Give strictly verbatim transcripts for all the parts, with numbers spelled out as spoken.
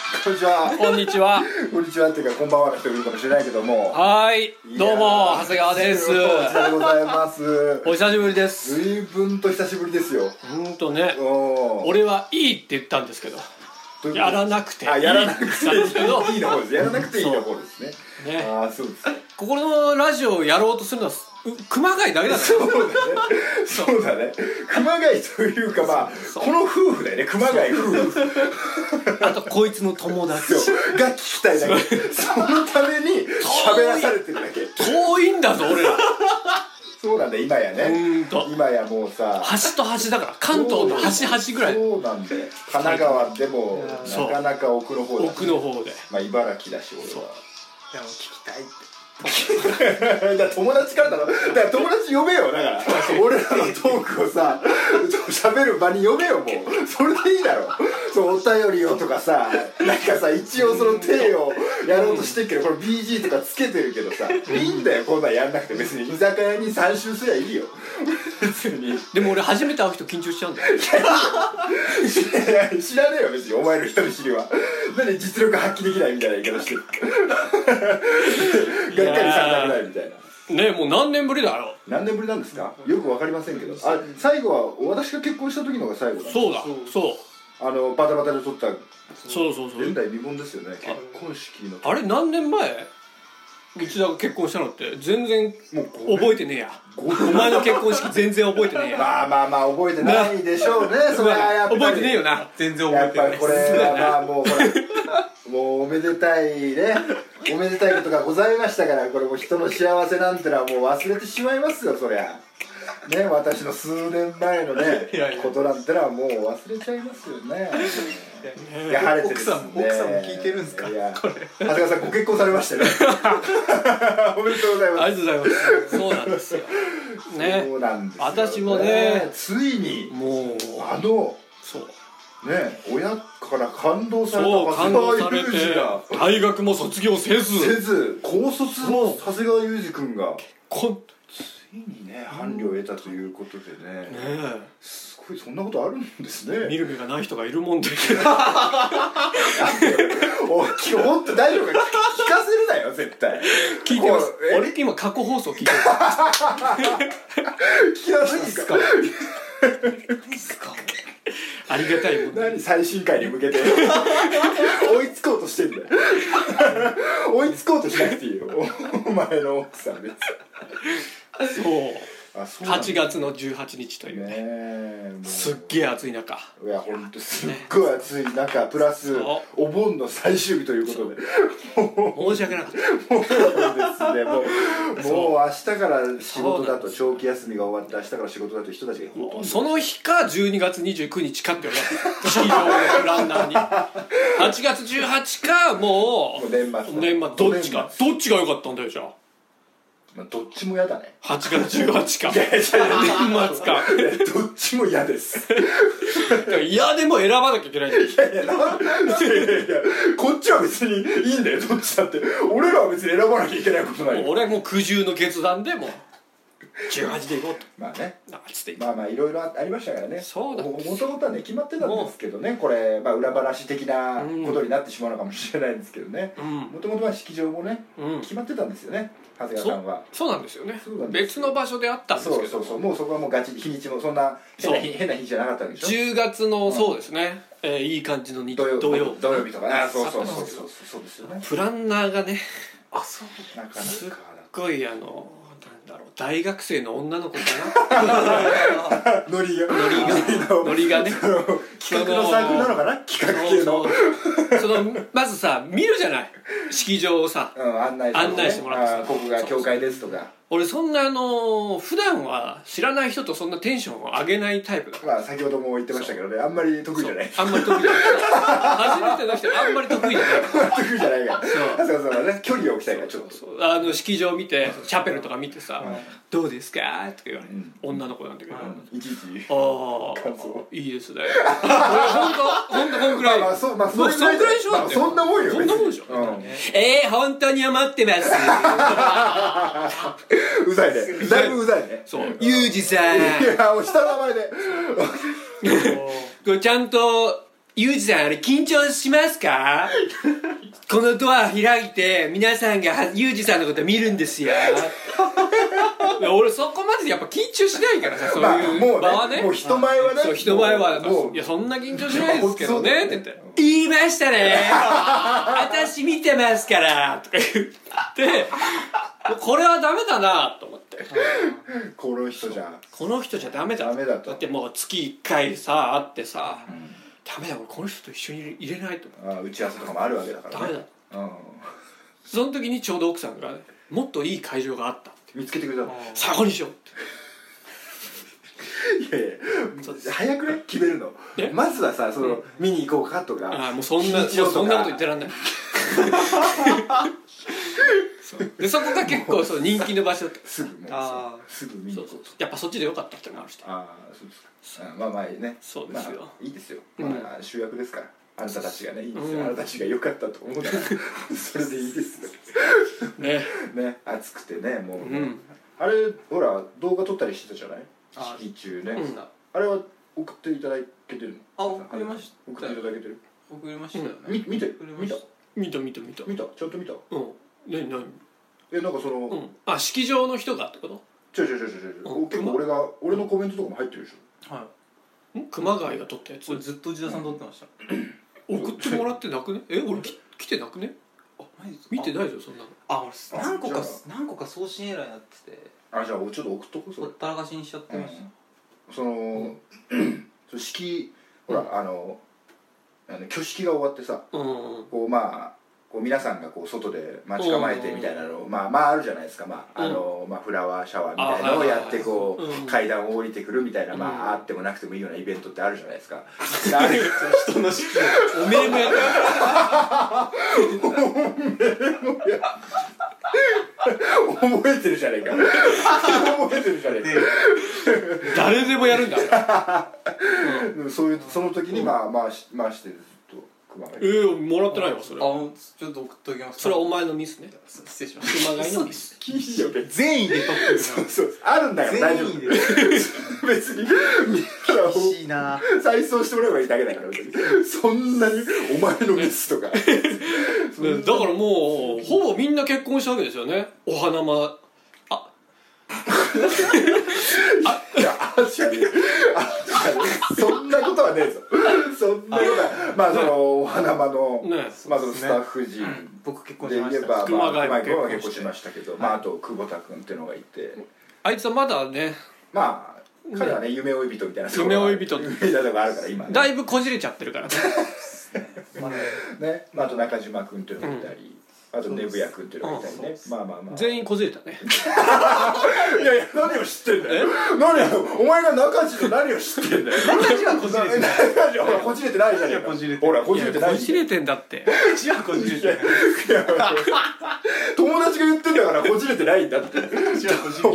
こんにちは。 こんにちは。 こんにちはっていうかこんばんはの人いるかもしれないけども。 はい、どうも長谷川です。 こちらでございます。 お久しぶりです。 随分と久しぶりですよ。 うんとね、俺はいいって言ったんですけど、やらなくていいって言ったんですけど、 いいの方です。やらなくていいの方ですね。ね。ああ、そうです。 ここのラジオをやろうとするのは熊谷だけだね。 そうだね。そうだね。熊谷というかまあこの夫婦だよね。熊谷夫婦。 あとこいつの友達が聞きたいだけ。そのために喋らされてるだけ。 遠いんだぞ俺ら。 そうなんだ今やね。今やもうさ端と端だから、関東の端端ぐらい。 そうなんだよ。神奈川でもなかなか奥の方だ。 奥の方で。 まあ茨城だし俺は。 いやもう聞きたいって。 だから友達からだろ。だから友達呼べよ。だから俺らのトークをさ喋る場に呼べよ。もうそれでいいだろ。そうお便りをとかさ、なんかさ一応その体をやろうとしてるけど、これ ビージー とかつけてるけどさ、いいんだよこんなんやんなくて。別に居酒屋にさん周すりゃいいよ別に。でも俺初めて会う人緊張しちゃうんだよ。 知らねえよ別にお前の人見知りは。何実力発揮できないみたいな言い方してる。がっかりされたくないみたいな。 ねえ、もう何年ぶりだろう。 何年ぶりなんですか。よくわかりませんけど。あ、最後は私が結婚した時のが最後だ。 そうだ。そう。 あのバタバタで撮った。 そうそうそう。 前代未聞ですよね。結婚式の。 あれ何年前？内田が結婚したのって全然覚えてねえや。お前の結婚式全然覚えてねえや。 まあまあまあ覚えてないでしょうね。それはやっぱり覚えてねえよな。全然覚えてない。 やっぱりこれはまあもうほらもうおめでたいね、おめでたいことがございましたから、これも人の幸せなんてのはもう忘れてしまいますよそりゃ。ね、私の数年前のねことなんてのはもう忘れちゃいますよね。いや晴れてる奥さん奥さんも聞いてるんですか。 いや長谷川さんご結婚されましたね。おめでとうございます。 ありがとうございます。そうなんですよね。 そうなんですよ。 私もねついにもうあのそうね、親から感動された長谷川裕二が大学も卒業せずせず高卒の長谷川裕二君がこついにね伴侶を得たということでね、 ねえすごいそんなことあるんですね。 見る目がない人がいるもんで。 おいほんと大丈夫か聞かせるなよ絶対。 聞いてます。俺今過去放送聞いてます。 聞きなさいんですか。 ありがたいもんね。 何最新回に向けて追いつこうとしてんだよ。追いつこうとしなくていいよお前の奥さん別に。 そう。 あそうはちがつのじゅうはちにちというね、すっげえ暑い中、 いやほんとすっごい暑い中プラスお盆の最終日ということで申し訳なかった。 もうですね、もうもう明日から仕事だと、長期休みが終わって明日から仕事だという人たちがほとんどその日かじゅうにがつにじゅうくにちかって言われた。式場のランナーにはちがつじゅうはちかもう年末年末どっちかどっちが良かったんだよじゃあ。 まあ、どっちも嫌だね。 はちがつじゅうはちかいやいやいや年末かどっちも嫌です。 嫌でも選ばなきゃいけないんだよ。 いやいやなんいやいやこっちは別にいいんだよどっちだって。俺らは別に選ばなきゃいけないことないよ。 俺はもう苦渋の決断でもうじゅうはちでいこうと。 まあね、 あつってまあまあいろいろありましたからね。 そうだ。 もともとはね決まってたんですけどね、これ、まあ、裏話的なことになってしまうのかもしれないんですけどね、もともとは式場もね、うん、決まってたんですよね長谷川さんは。 そ, そうなんですよね。別の場所であったんですけど、 そうそうそう、もうそこはもうガチ日にちもそんな変な日変な日じゃなかったわけでしょ。 じゅうがつの、うん、そうですね、えー、いい感じの土曜土曜土曜日とかね。あそうそうそうそうそうですよね。 プランナーがね、 あそうなかなかすっごいあのなんだろう、大学生の女の子かな。ノリがノリがノリがね、 企画のサークルなのかな、企画系の。 そのまずさ見るじゃない、式場をさ、 うん、案内して、ね、 案内してもらってさ、 ここが教会ですとか。 俺そんなあの普段は知らない人とそんなテンションを上げないタイプだから。 まあ先ほども言ってましたけどね、あんまり得意じゃない。 あんまり得意じゃない。初めての人あんまり得意じゃない。 得意じゃないから。そうそうそうね、距離を置きたいからちょっと。 そうあの式場見てチャペルとか見てさ、うん、どうですかとか言われる、うん、女の子なんだけど、うん、 いちいちああいいですね。俺ほんとほんとこんくらい。 まあそうまあそんくらいでしょ。 まあそんなもんよ。 そんなもんでしょ。 うん、 えー本当に余ってます。 うざいね。だいぶうざいね。 そうユージさん。 いや下の名前で。 これちゃんとゆうじさんあれ緊張しますかこのドア開いて皆さんがゆうじさんのこと見るんですよ俺そこまでやっぱ緊張しないからさ、そういう場はね、 まあ、もう人前はね、 そう人前はもういやそんな緊張しないですけどねって言って言いましたね私見てますからとか言ってこれはダメだなと思ってこの人じゃこの人じゃダメだダメだとだってもう月いっかいさ会ってさ、 うん、 ダメだ俺この人と一緒に入れないとあ打ち合わせとかもあるわけだからね。 ダメだ、 うん、 その時にちょうど奥さんが、ね、もっといい会場があったって見つけてくれたの。 さあここにしようっていやいや早くね決めるの。まずはさその、うん、見に行こうかとか、 ああもうそんなもうそんなこと言ってらんないそうでそこが結構そう人気の場所ってすぐもうあすぐ見に行こうと。 そうそうやっぱそっちでよかったってのがあるしああそうですか。あまあまあねそうですよ、 まあ、いいですよ、 うん、 まあ主役ですからあなたたちがねいいですよ、 うん、 あなたたちが良かったと思うならそれでいいですよねね暑くてねもう、 うん、 あれほら動画撮ったりしてたじゃない、式中ね、うん、あれは送っていただけてるの？ あ送りました送っていただけてる？ 送りましたよね、 うん、み見て見た見た見た見た見たちゃんと見た。 うん何何えなんかその、うん、 あ式場の人がってこと？ 違う違う違う違う、うん、結構俺が俺のコメントとかも入ってるでしょ。 はいん熊谷が撮ったやつこれずっと内田さん撮ってました、 うん、送ってもらってなくねえ俺き来てなくねあマジですか見てないぞそんなのあ俺何個か何個か送信エラーになっててあじゃあちょっと送っとこうそれほったらかしにしちゃってました、 うん、その、うん、式ほら、うん、あのあの挙式が終わってさ、 うん、 こうまあこう皆さんがこう外で待ち構えてみたいなのを、まあまああるじゃないですか、まああのまあ、フラワーシャワーみたいなのをやってこう階段を降りてくるみたいな、まああってもなくてもいいようなイベントってあるじゃないですか。あれ人の式おめえもやったおめえもや覚えてるじゃねえか覚えてるじゃねえか誰でもやるんだ、 うん、そういうその時にまあ回し回してるえー、もらってないわそれ。 あちょっと送っておきます。 それはお前のミスね。 失礼しました。 熊谷のミス。 いいよ善意で取ってる。 そうそうあるんだから大丈夫。別にみんな厳しいな。 再送してもらえばいいだけだからそんなにお前のミスとか。だからもうほぼみんな結婚したわけですよね。お花まあ。 あいやあじゃねあそんなことはねえぞ。そんなことはまあそのお花間のまあそのスタッフ陣僕結婚しました。 まあ熊谷君は結婚しましたけど、まああと久保田君っていうのがいて、 あいつはまだねまあ彼はね夢追い人みたいな夢追い人みたいなのがあるから今だいぶこじれちゃってるからね。 ねまああと中島君っていうのがいたり。あとネブヤ君っていうのがいたりね、まあまあまあ全員こじれたね。 いやいや何を知ってんだよ。何をお前が中地の何を知ってんだよ。 中地はこじれてない。 ほらこじれてないじゃねえか。ほらこじれてない。 こじれてんだって。 違うこじれてない。 友達が言ってんだからこじれてないんだって。違うこじれてない。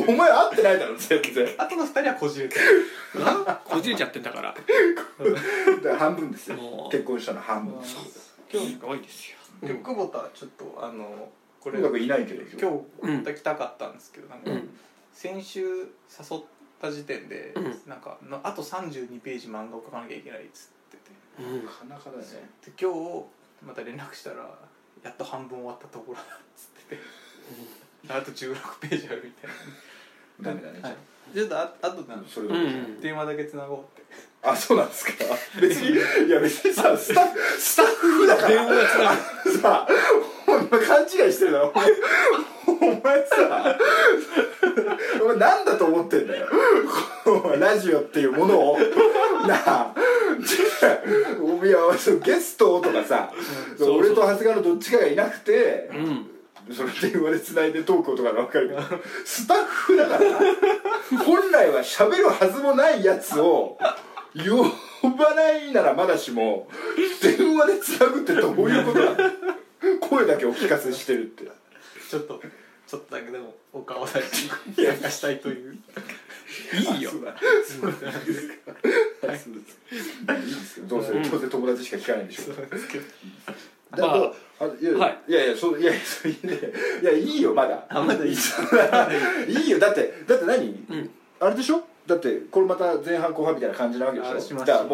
お前会ってないだろ全然。 あとの二人はこじれてる。 こじれちゃってんだから。 半分ですよ。結婚したの半分。 今日すごいですよ。 でも久保田ちょっとあのこれうまくいないけど今日本当は来たかったんですけど、なんか先週誘った時点でなんかあとさんじゅうにページ漫画を描かなきゃいけないっつってて、 なかなかだね。 で今日また連絡したらやっと半分終わったところだっつってて、あとじゅうろくページあるみたいな。 ダメだね。 ちょっとああとそれ電話だけつなごうって。 あ、そうなんですか。別にいや別にさスタスタッフだから電話つなぐさお前勘違いしてるだろ。お前さお前なんだと思ってんだよ。ラジオっていうものをなあいやゲストとかさ、うん、俺と長谷川のどっちかがいなくて、うん、それ電話でつないでトークとかが分かるけどスタッフだから本来は喋るはずもないやつを呼ばないならまだしも電話でつなぐってどういうことだ。声だけお聞かせしてるってちょっとちょっとだけでもお顔だけ焼かしたいといういいよ。 そうだそうなんですか。はい、そうですいいですよ。どうせ、うん、どうせ友達しか聞かないんでしょ。そうですけど。だから、まあ、いや、はい、いやいやそういやいやそういやいいよまだ。 あまだいい。 いいよだってだって何、うん、あれでしょ。だってこれまた前半後半みたいな感じなわけでしょ。だからもう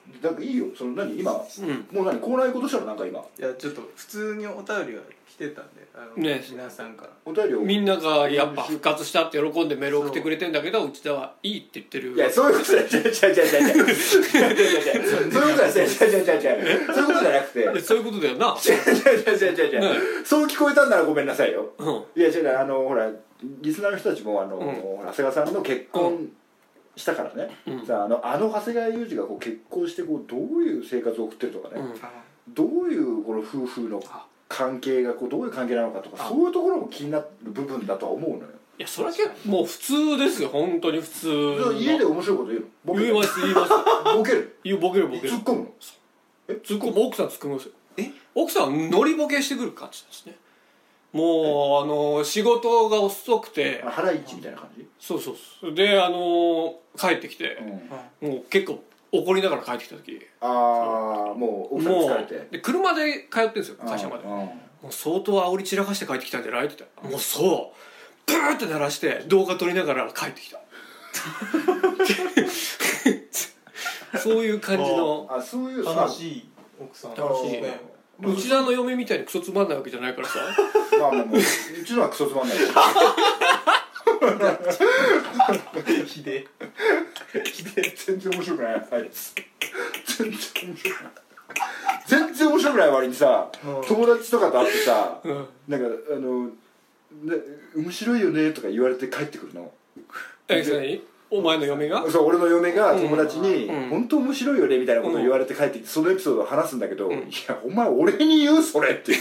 なんかいいよその何今、 うん、 もう何コーナー行こうとしたらなんか今いやちょっと普通にお便りが来てたんであの、 ね、 皆さんからお便りをみんながやっぱ復活したって喜んでメール送ってくれてんだけど内田はいいって言ってる。 いやそういうことじゃ違う違う違う違う違う違う違う違うそういうことじゃ違う違う違う違うそういうことじゃなくてそういうことだよな。 違う違う違う違う違う、ね、そう聞こえたんならごめんなさいよ、 うん、 いや違うあのほらリスナーの人たちもあの、うん、長谷川さんの結婚したからね、うん、さあ、あのあの長谷川裕二がこう結婚してこうどういう生活を送ってるとかね、うん、どういうこの夫婦の関係がこうどういう関係なのかとかそういうところも気になる部分だとは思うのよ。 いやそれは結構もう普通ですよ本当に普通の。 家で面白いこと言うの？ボケる言います言いますボケる言うボケるボケる突っ込むの？ え突っ込む奥さん突っ込みますよ。え奥さんはノリボケしてくる感じですね。もうあの仕事が遅くて腹いちみたいな感じ？ そうそうそうであの帰ってきて、うん、もう結構怒りながら帰ってきた時ああもう奥さん疲れてで車で通ってるんですよ会社まで。もう相当煽り散らかして帰ってきたんじゃないって言ったらもうそうブーって鳴らして動画撮りながら帰ってきたそういう感じのあそういう楽しい奥さん楽しいね。内田の嫁みたいにクソつまんないわけじゃないからさまあまあもううちのはクソつまんないひでひで全然面白くないあいつ全然面白くない全然面白くない割にさ友達とかと会ってさ、うん、なんかあのね面白いよねとか言われて帰ってくるの。 え何お前の嫁がそう俺の嫁が友達に、うん、本当面白いよねみたいなことを言われて帰ってきてそのエピソードを話すんだけど、うん、いやお前俺に言うそれっていうい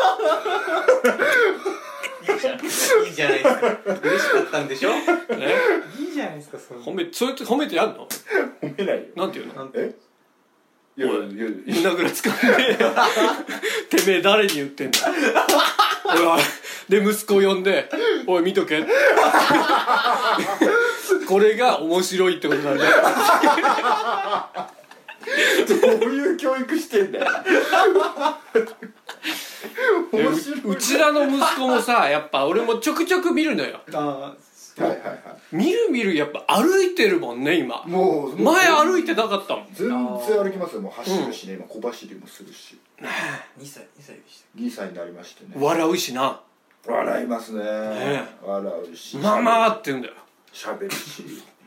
いじゃないですか嬉しかったんでしょ、ね、いいじゃないですかそれ褒めそうやって褒めてやんの？ 褒めないよ。 なんて言うの？ えいやいやいや胸ぐらつかんでてめえ誰に言ってんだで息子を呼んでおい見とけこれが面白いってことなんだよどういう教育してんだよ面白い。 うちらの息子もさやっぱ俺もちょくちょく見るのよ。 あはいはいはい。 見る見るやっぱ歩いてるもんね今。 もう前歩いてなかったもん。 全然歩きますよ。もう走るしね、うん、今小走りもするし。 にさいにさいでした。 にさいになりましてね。 笑うしな。 笑いますね。 ね笑うし。 ママって言うんだよ。 喋るし。